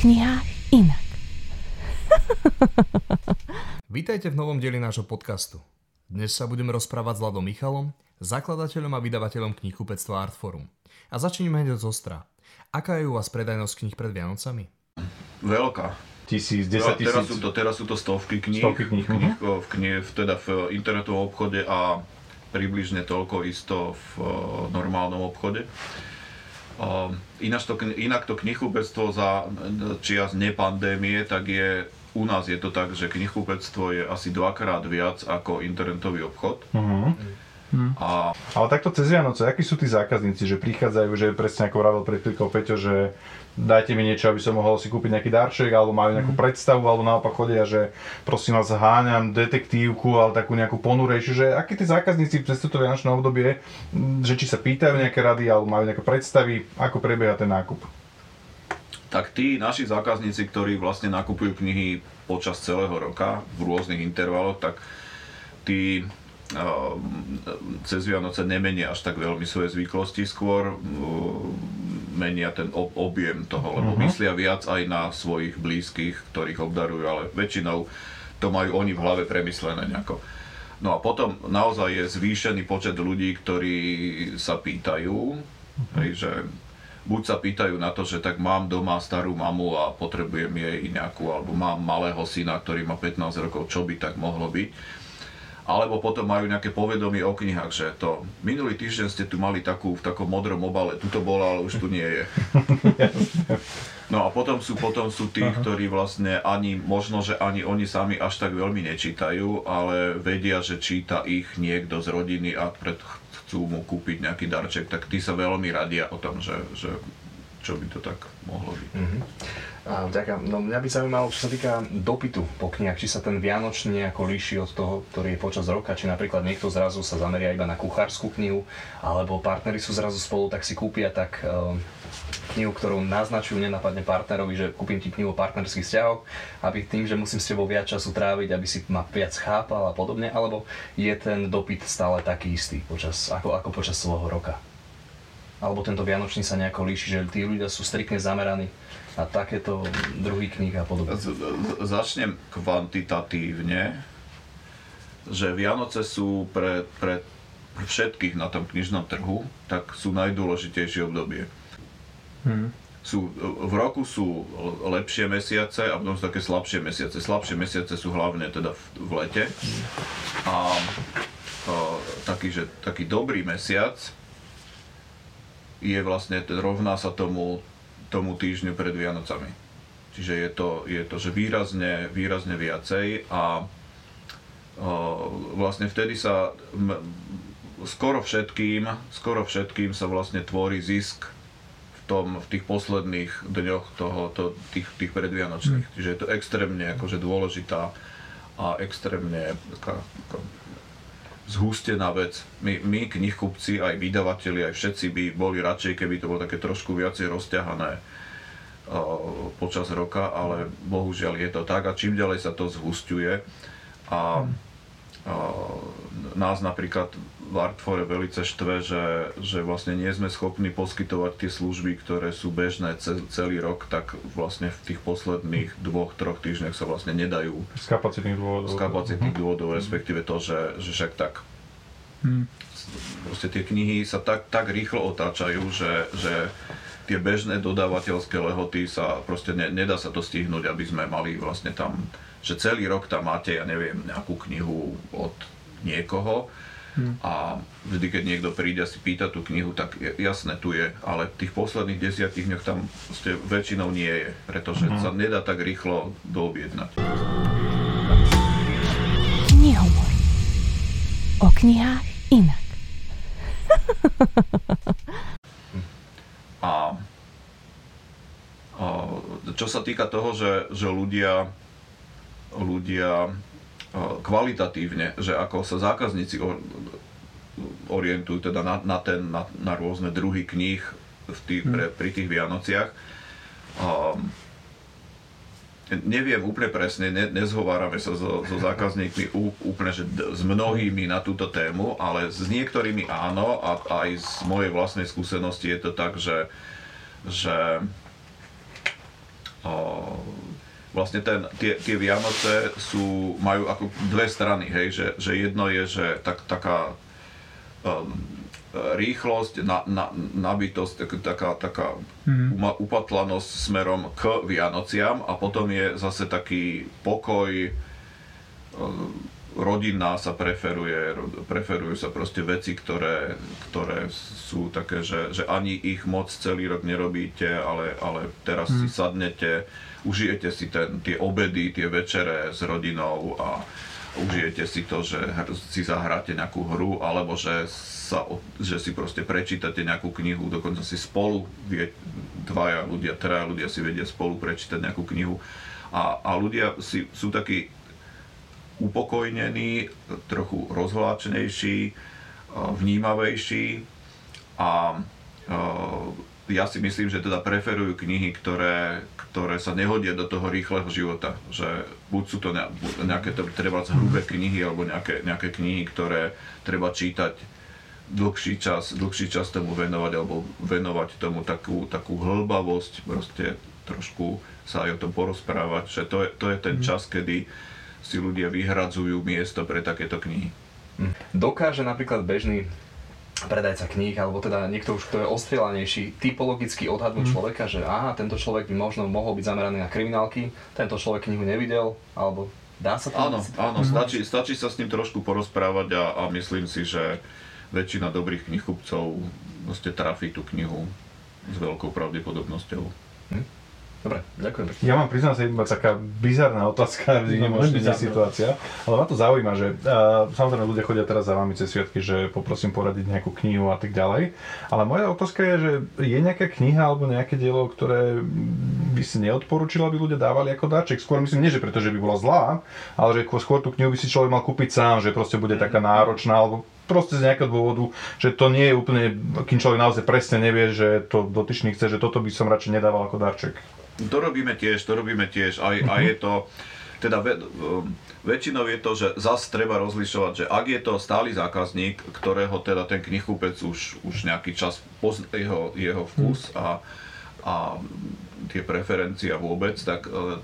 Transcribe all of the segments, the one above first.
knihách inak. Vítajte v novom dieli nášho podcastu. Dnes sa budeme rozprávať s Ladom Michalom, zakladateľom a vydavateľom knihkupectva Artforum. A začneme hneď od zostra. Aká je u vás predajnosť kníh pred Vianocami? Veľká. 10 000. Teraz sú to stovky kníh. Teda v internetovom obchode a približne toľko isto v normálnom obchode. Inak to knihkupectvo za čias nepandémie, tak je u nás je to tak, že knihkupectvo je asi dvakrát viac ako internetový obchod. Ale takto cez Vianoce, akí sú tí zákazníci, že prichádzajú, že presne ako vravel pred chvíľkou Peťo, že dajte mi niečo, aby som mohol si kúpiť nejaký darček, alebo majú nejakú predstavu, alebo naopak chodia, že prosím vás, háňam detektívku, ale takú nejakú ponurejšiu, že akí tí zákazníci cez toto vianočné obdobie, že či sa pýtajú nejaké rady, alebo majú nejaké predstavy, ako prebieha ten nákup? Tak tí naši zákazníci, ktorí vlastne nakupujú knihy počas celého roka v rôznych intervaloch, tak tí cez Vianoce nemenia až tak veľmi svoje zvyklosti, skôr menia ten objem toho, lebo myslia viac aj na svojich blízkych, ktorých obdarujú, ale väčšinou to majú oni v hlave premyslené nejako. No a potom naozaj je zvýšený počet ľudí, ktorí sa pýtajú, že buď sa pýtajú na to, že tak mám doma starú mamu a potrebujem jej nejakú, alebo mám malého syna, ktorý má 15 rokov, čo by tak mohlo byť. Alebo potom majú nejaké povedomie o knihách, že to minulý týždeň ste tu mali takú v takom modrom obale, tu to bolo, ale už tu nie je. No a potom sú tí, ktorí vlastne možno, že ani oni sami až tak veľmi nečítajú, ale vedia, že číta ich niekto z rodiny a chcú mu kúpiť nejaký darček, tak tí sa veľmi radia o tom, že čo by to tak mohlo byť. Ďakujem. No mňa by zaujímalo, čo sa týka dopytu po knihách, či sa ten vianočný nejako líši od toho, ktorý je počas roka, či napríklad niekto zrazu sa zameria iba na kuchárskú knihu, alebo partneri sú zrazu spolu, tak si kúpia knihu, ktorú naznačujú nenapadne partnerovi, že kúpim ti knihu o partnerských vzťahoch, aby tým, že musím s tebou viac času tráviť, aby si ma viac chápal a podobne, alebo je ten dopyt stále taký istý ako počas celého roka? Alebo tento vianočný sa nejako líši, že tí ľudia sú striktne zameraní na takéto druhy kníh a podobne. Začnem kvantitatívne, že Vianoce sú pre všetkých na tom knižnom trhu, tak sú najdôležitejšie obdobie. V roku sú lepšie mesiace a potom sú také slabšie mesiace. Slabšie mesiace sú hlavne teda v lete. A taký dobrý mesiac je vlastne, rovná sa tomu týždňu pred Vianocami. Čiže je to že výrazne viacej a vlastne vtedy sa skoro všetkým sa vlastne tvorí zisk v tých posledných dňoch tých predvianočných. Čiže je to extrémne akože dôležitá a extrémne zhustená vec. My knihkupci, aj vydavatelia, aj všetci by boli radšej, keby to bolo také trošku viacej rozťahané počas roka, ale bohužiaľ je to tak a čím ďalej sa to zhusťuje a nás napríklad v Artfore veľce štve, že vlastne nie sme schopní poskytovať tie služby, ktoré sú bežné celý rok, tak vlastne v tých posledných 2-3 týždňoch sa vlastne nedajú z kapacitných dôvodov, respektíve to, že však tak proste tie knihy sa tak rýchlo otáčajú, že tie bežné dodávateľské lehoty sa proste nedá sa to stihnúť, aby sme mali vlastne tam, že celý rok tam máte, ja neviem, nejakú knihu od niekoho a vždy, keď niekto príde a si pýta tú knihu, tak jasné, tu je, ale tých posledných 10 dňoch tam väčšinou nie je, pretože sa nedá tak rýchlo doobjednať. Knihomor. O knihách inak. A čo sa týka toho, že ľudia kvalitatívne, že ako sa zákazníci orientujú teda na rôzne druhy kníh pri tých Vianociach. Neviem úplne presne, nezhovárame sa so zákazníkmi úplne že s mnohými na túto tému, ale s niektorými áno a aj z mojej vlastnej skúsenosti je to tak, že vlastne tie Vianoce majú ako dve strany, hej, že jedno je, že taká rýchlosť, nabitosť, taká upatlanosť smerom k Vianociam a potom je zase taký pokoj, rodinná sa preferujú sa proste veci, ktoré sú také, že ani ich moc celý rok nerobíte, ale teraz si sadnete, užijete si tie obedy, tie večere s rodinou a užijete si to, že si zahráte nejakú hru, alebo že si proste prečítate nejakú knihu, dokonca si spolu, traja ľudia si vedia spolu prečítať nejakú knihu a ľudia sú takí upokojnení, trochu rozvláčnejší, vnímavejší a ja si myslím, že teda preferujú knihy, ktoré sa nehodia do toho rýchleho života. Že buď sú to nejaké treba hrubé knihy alebo nejaké knihy, ktoré treba čítať dlhší čas tomu venovať alebo venovať tomu takú hĺbavosť, proste trošku sa aj o tom porozprávať, že to je ten čas, kedy si ľudia vyhradzujú miesto pre takéto knihy. Dokáže napríklad bežný predajca kníh, alebo teda niekto už, kto je ostrielanejší, typologicky odhadnúť človeka, že tento človek by možno mohol byť zameraný na kriminálky, tento človek knihu nevidel, alebo dá sa to? Áno, stačí sa s ním trošku porozprávať a myslím si, že väčšina dobrých knihkupcov vlastne trafí tú knihu s veľkou pravdepodobnosťou. Dobre, ďakujem. Ja mám priznám sa iba taká bizarná otázka, výnimočná situácia, ale ma to zaujíma, že samozrejme ľudia chodia teraz za vami cez sviatky, že poprosím poradiť nejakú knihu a tak ďalej, ale moja otázka je, že je nejaká kniha alebo nejaké dielo, ktoré by si neodporúčil, aby ľudia dávali ako darček? Skôr myslím, nie že preto, že by bola zlá, ale že skôr tú knihu by si človek mal kúpiť sám, že proste bude taká náročná, alebo proste z nejakého dôvodu, že to nie je úplne, kým človek naozaj presne nevie, že to dotyčný chce, že toto by som radšej nedával ako darček. To robíme tiež. Aj je to, teda väčšinou je to, že zase treba rozlišovať, že ak je to stály zákazník, ktorého teda ten knihkupec už nejaký čas pozná jeho vkus a tie preferencie vôbec, tak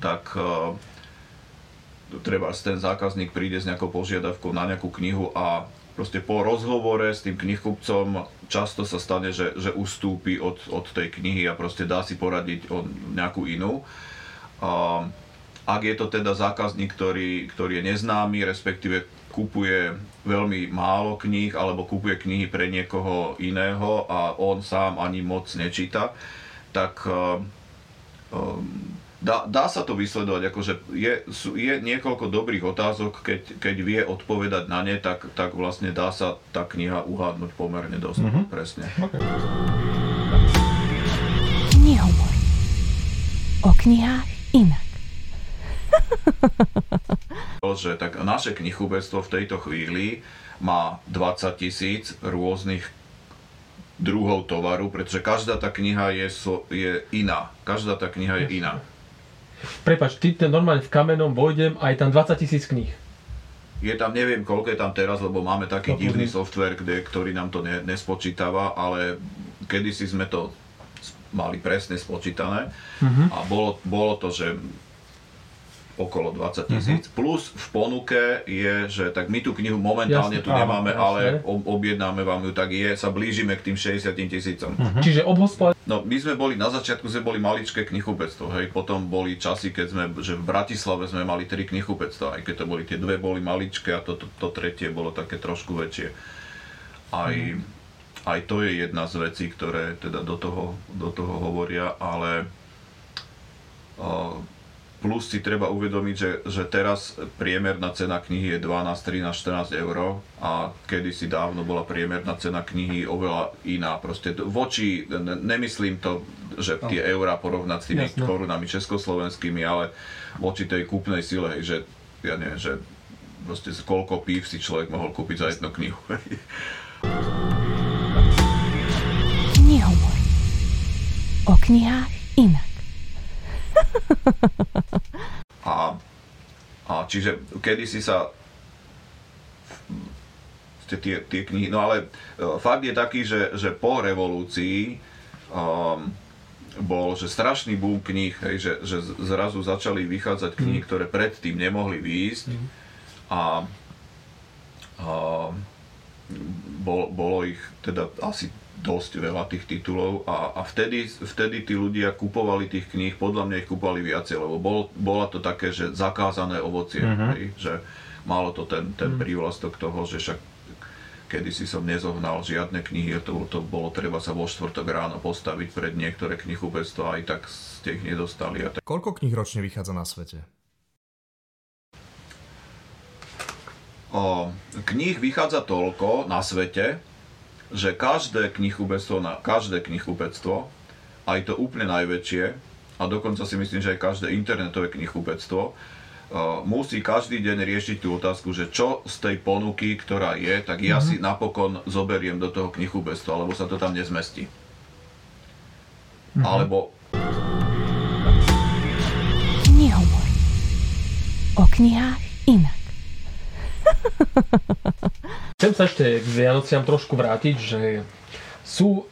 treba ten zákazník príde s nejakou požiadavkou na nejakú knihu a proste po rozhovore s tým knihkupcom často sa stane, že ustúpi od tej knihy a proste dá si poradiť o nejakú inú. Ak je to teda zákazník, ktorý je neznámy, respektíve kupuje veľmi málo kníh alebo kupuje knihy pre niekoho iného a on sám ani moc nečíta, tak dá sa to vysledovať, akože je niekoľko dobrých otázok, keď vie odpovedať na ne, tak vlastne dá sa tá kniha uhádnuť pomerne dosť presne. Okay. Knihohumor. O knihách inak. Že tak naše knihkupectvo v tejto chvíli má 20 000 rôznych druhov tovaru, pretože každá tá kniha je iná. Každá tá kniha je iná. Prepáč, ty normálne v Kamenom vojdem a je tam 20 000 kníh. Je tam, neviem koľko je tam teraz, lebo máme taký divný software, ktorý nám to nespočítava, ale kedysi sme to mali presne spočítané a bolo to, že okolo 20 000. Plus v ponuke je, že tak my tú knihu momentálne tu nemáme, ale objednáme vám ju, tak sa blížime k tým 60 000. Čiže obhospodárenie. No, my sme boli, na začiatku sme boli maličké knihkupectvo, hej, potom boli časy, že v Bratislave sme mali 3 knihkupectva, aj keď to boli tie dve boli maličké a to tretie bolo také trošku väčšie. Aj to je jedna z vecí, ktoré teda do toho hovoria, ale plus si treba uvedomiť, že teraz priemerná cena knihy je 12, 13, 14 eur a kedysi dávno bola priemerná cena knihy oveľa iná. Proste voči, nemyslím to, že tie eurá porovnať s tými korunami československými, ale voči tej kúpnej sile, že ja neviem, že proste koľko pív si človek mohol kúpiť za jednu knihu. Knihohumor. O knihách inak. A čiže kedysi sa tie knihy, no ale fakt je taký, že po revolúcii bol, že strašný boom kníh, hej, že zrazu začali vychádzať knihy, ktoré predtým nemohli výjsť a bolo ich teda asi dosť veľa tých titulov a vtedy tí ľudia kupovali tých kníh, podľa mňa ich kupovali viacej, lebo bola to také, že zakázané ovocie, hej, že malo to ten prívlastok toho, že však kedysi som nezohnal žiadne knihy, to bolo treba sa vo štvrtok ráno postaviť pred niektoré knihkupectvá a aj tak ste ich nedostali. Koľko kníh ročne vychádza na svete? Kníh vychádza toľko na svete, že každé knihkupectvo, aj to úplne najväčšie, a dokonca si myslím, že aj každé internetové knihkupectvo, musí každý deň riešiť tú otázku, že čo z tej ponuky, ktorá je, tak ja si napokon zoberiem do toho knihkupectva, alebo sa to tam nezmestí. Alebo... Knihomor. O knihách inak. Chcem sa ešte k Vianociam trošku vrátiť, že sú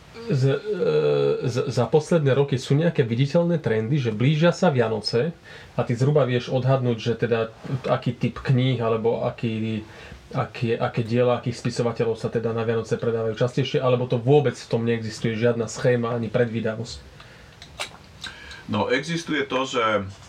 za posledné roky sú nejaké viditeľné trendy, že blížia sa Vianoce a ty zhruba vieš odhadnúť, že teda aký typ kníh alebo aké diela, akých spisovateľov sa teda na Vianoce predávajú častejšie, alebo to vôbec v tom neexistuje žiadna schéma ani predvídavosť? No existuje to, že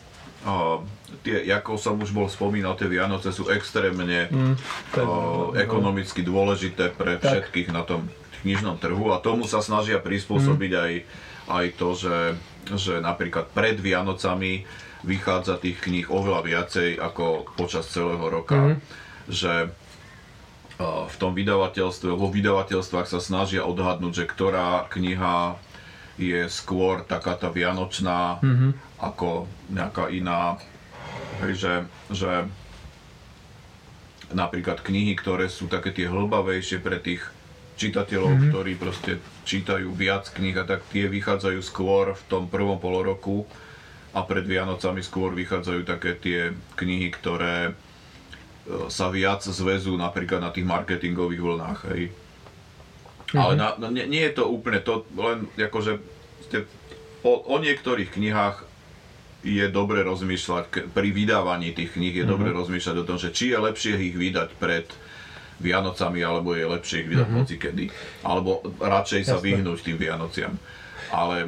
ako som už bol spomínal, tie Vianoce sú extrémne ekonomicky dôležité pre všetkých na tom knižnom trhu a tomu sa snažia prispôsobiť aj to, že napríklad pred Vianocami vychádza tých kníh oveľa viacej ako počas celého roka. Že v tom vydavateľstve, vo vydavateľstvách sa snažia odhadnúť, že ktorá kniha je skôr taká tá vianočná ako nejaká iná. Hej, že napríklad knihy, ktoré sú také tie hlbavejšie pre tých čitateľov, ktorí proste čítajú viac kníh a tak tie vychádzajú skôr v tom prvom poloroku a pred Vianocami skôr vychádzajú také tie knihy, ktoré sa viac zväzú napríklad na tých marketingových vlnách, hej. Ale nie je to úplne to, len akože o niektorých knihách je dobre rozmýšľať, pri vydávaní tých kníh je dobre rozmýšľať o tom, že či je lepšie ich vydať pred Vianocami, alebo je lepšie ich vydať hocikedy. Alebo radšej sa vyhnúť tým Vianociam. Ale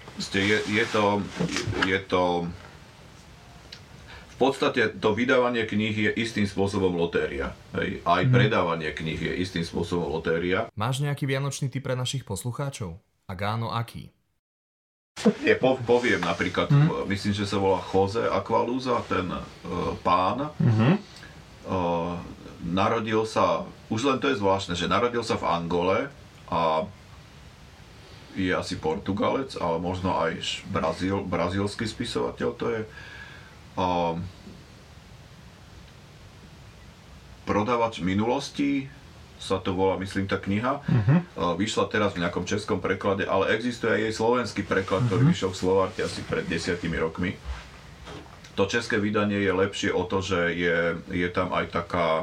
je to... V podstate to vydávanie kníh je istým spôsobom lotéria. Hej. Aj predávanie kníh je istým spôsobom lotéria. Máš nejaký vianočný tip pre našich poslucháčov? Ak áno, aký? Poviem napríklad, myslím, že sa volá Jose Aqualusa, ten pán. Narodil sa, už len to je zvláštne, že narodil sa v Angole a je asi Portugalec, ale možno aj brazílsky spisovateľ to je. Prodávač minulosti sa to volá, myslím, tá kniha. Vyšla teraz v nejakom českom preklade, ale existuje aj jej slovenský preklad, ktorý vyšiel v Slovarte asi pred 10 rokmi. To české vydanie je lepšie o to, že je tam aj taká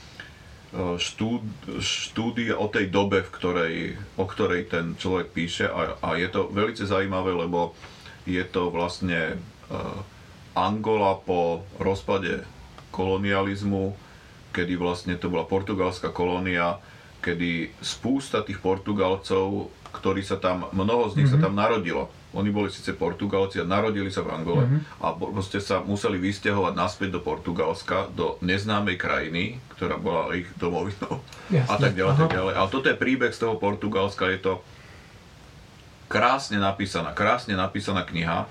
štúdia o tej dobe, o ktorej ten človek píše a je to veľmi zaujímavé, lebo je to vlastne Angola po rozpade kolonializmu, kedy vlastne to bola portugalská kolónia, kedy spústa tých Portugalcov, ktorí sa tam, mnoho z nich sa tam narodilo. Oni boli síce Portugalci a narodili sa v Angole a proste sa museli vysťahovať naspäť do Portugalska, do neznámej krajiny, ktorá bola ich domovinou a tak ďalej, tak ďalej. Ale toto je príbeh z toho Portugalska, je to krásne napísaná kniha,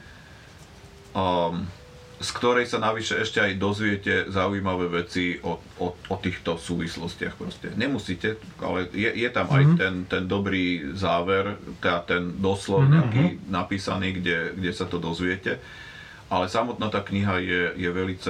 z ktorej sa navyše ešte aj dozviete zaujímavé veci o týchto súvislostiach proste. Nemusíte, ale je tam aj ten dobrý záver, ten doslov nejaký napísaný, kde sa to dozviete. Ale samotná tá kniha je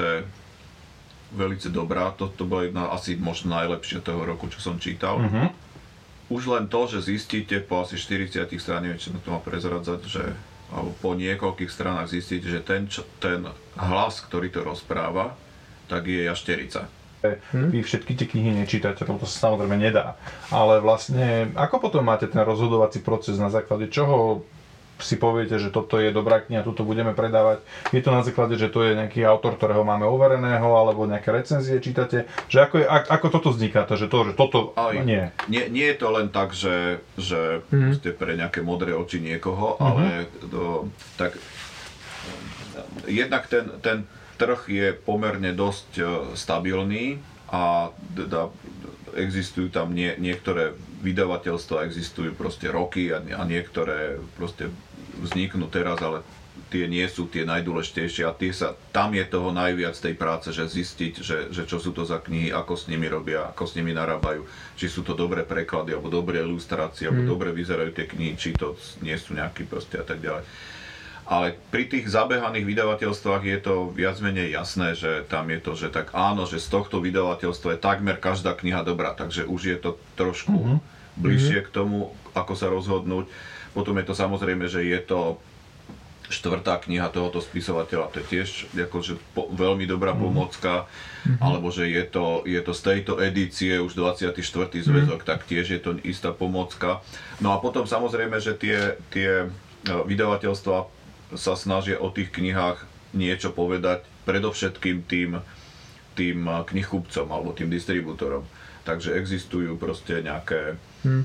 veľmi dobrá. To bola jedna asi možno najlepšia toho roku, čo som čítal. Už len to, že zistíte po asi 40 stranách, neviem, čo to má prezradzať, že alebo po niekoľkých stranách zistíte, že ten hlas, ktorý to rozpráva, tak je jašterica. Vy všetky tie knihy nečítate, to sa samozrejme nedá. Ale vlastne, ako potom máte ten rozhodovací proces, na základe čoho si poviete, že toto je dobrá kniha, túto budeme predávať. Je to na základe, že to je nejaký autor, ktorého máme overeného, alebo nejaké recenzie čítate. Že ako toto vzniká, že toto nie. Nie je to len tak, že ste pre nejaké modré oči niekoho, ale tak jednak ten trh je pomerne dosť stabilný a existujú tam niektoré vydavateľstvá, existujú proste roky a niektoré proste vzniknú teraz, ale tie nie sú tie najdôležitejšie a tam je toho najviac tej práce, že zistiť, že čo sú to za knihy, ako s nimi robia, ako s nimi narábajú, či sú to dobré preklady, alebo dobré ilustrácie, alebo dobre vyzerajú tie knihy, či to nie sú nejaký proste a tak ďalej. Ale pri tých zabehaných vydavateľstvách je to viac menej jasné, že tam je to, že tak áno, že z tohto vydavateľstva je takmer každá kniha dobrá, takže už je to trošku bližšie k tomu, ako sa rozhodnúť. Potom je to samozrejme, že je to 4. kniha tohoto spisovateľa, to je tiež akože veľmi dobrá pomôcka, alebo že je to z tejto edície už 24. zväzok, tak tiež je to istá pomôcka. No a potom samozrejme, že tie vydavateľstva sa snažia o tých knihách niečo povedať, predovšetkým tým knihkupcom alebo tým distribútorom. Takže existujú proste nejaké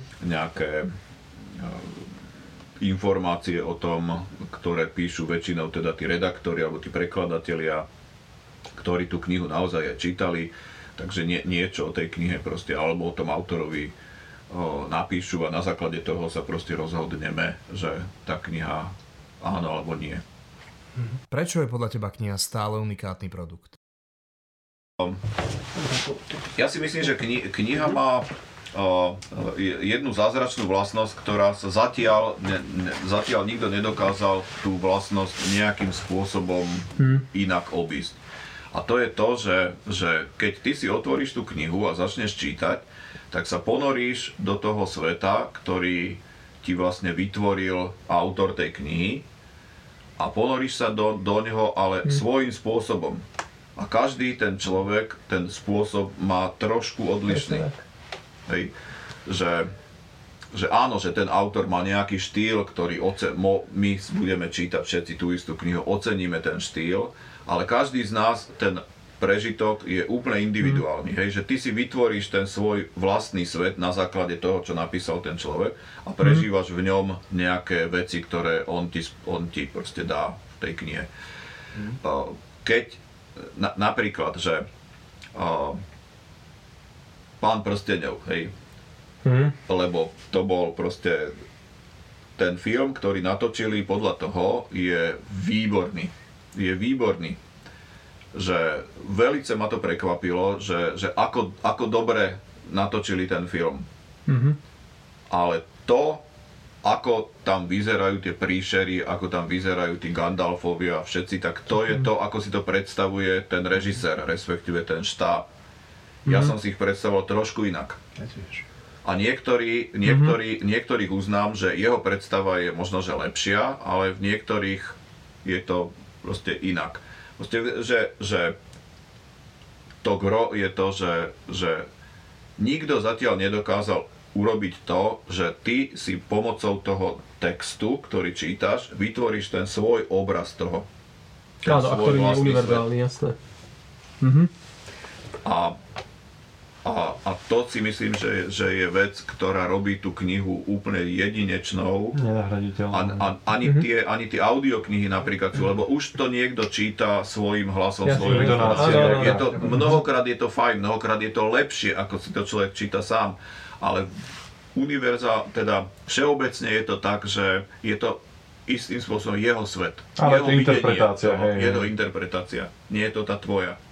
informácie o tom, ktoré píšu väčšinou teda tí redaktori alebo tí prekladatelia, ktorí tú knihu naozaj aj čítali. Takže niečo o tej knihe proste alebo o tom autorovi napíšu a na základe toho sa proste rozhodneme, že tá kniha áno alebo nie. Prečo je podľa teba kniha stále unikátny produkt? Ja si myslím, že kniha má jednu zázračnú vlastnosť, ktorá sa zatiaľ nikto nedokázal tú vlastnosť nejakým spôsobom inak obísť. A to je to, že keď ty si otvoríš tú knihu a začneš čítať, tak sa ponoríš do toho sveta, ktorý ti vlastne vytvoril autor tej knihy a ponoríš sa do neho, ale svojím spôsobom. A každý ten človek, ten spôsob má trošku odlišný. Hej. Že áno, že ten autor má nejaký štýl, ktorý my budeme čítať všetci tú istú knihu, oceníme ten štýl, ale každý z nás ten prežitok je úplne individuálny, hej, že ty si vytvoríš ten svoj vlastný svet na základe toho, čo napísal ten človek a prežívaš v ňom nejaké veci, ktoré on ti proste dá v tej knihe. Keď napríklad, že Pán prsteňov, hej, lebo to bol proste ten film, ktorý natočili podľa toho, je výborný. Že veľce ma to prekvapilo, že ako dobre natočili ten film. Ale to, ako tam vyzerajú tie príšery, ako tam vyzerajú tí Gandalfovia a všetci, tak to je to, ako si to predstavuje ten režisér, respektíve ten štáb. Ja som si ich predstavoval trošku inak. A niektorých uznám, že jeho predstava je možno že lepšia, ale v niektorých je to proste inak. Proste, že to gro je to, že nikto zatiaľ nedokázal urobiť to, že ty si pomocou toho textu, ktorý čítaš, vytvoríš ten svoj obraz toho. Áno, a ktorý je univerzálny, jasné. A to si myslím, že je vec, ktorá robí tú knihu úplne jedinečnou. Nenahraditeľnou. Ani tie audioknihy napríklad sú, lebo už to niekto číta svojím hlasom, svojou intonáciou. Mnohokrát je to fajn, mnohokrát je to lepšie, ako si to človek číta sám. Ale teda všeobecne je to tak, že je to istým spôsobom jeho svet. Ale jeho to interpretácia, je to interpretácia, nie je to tá tvoja.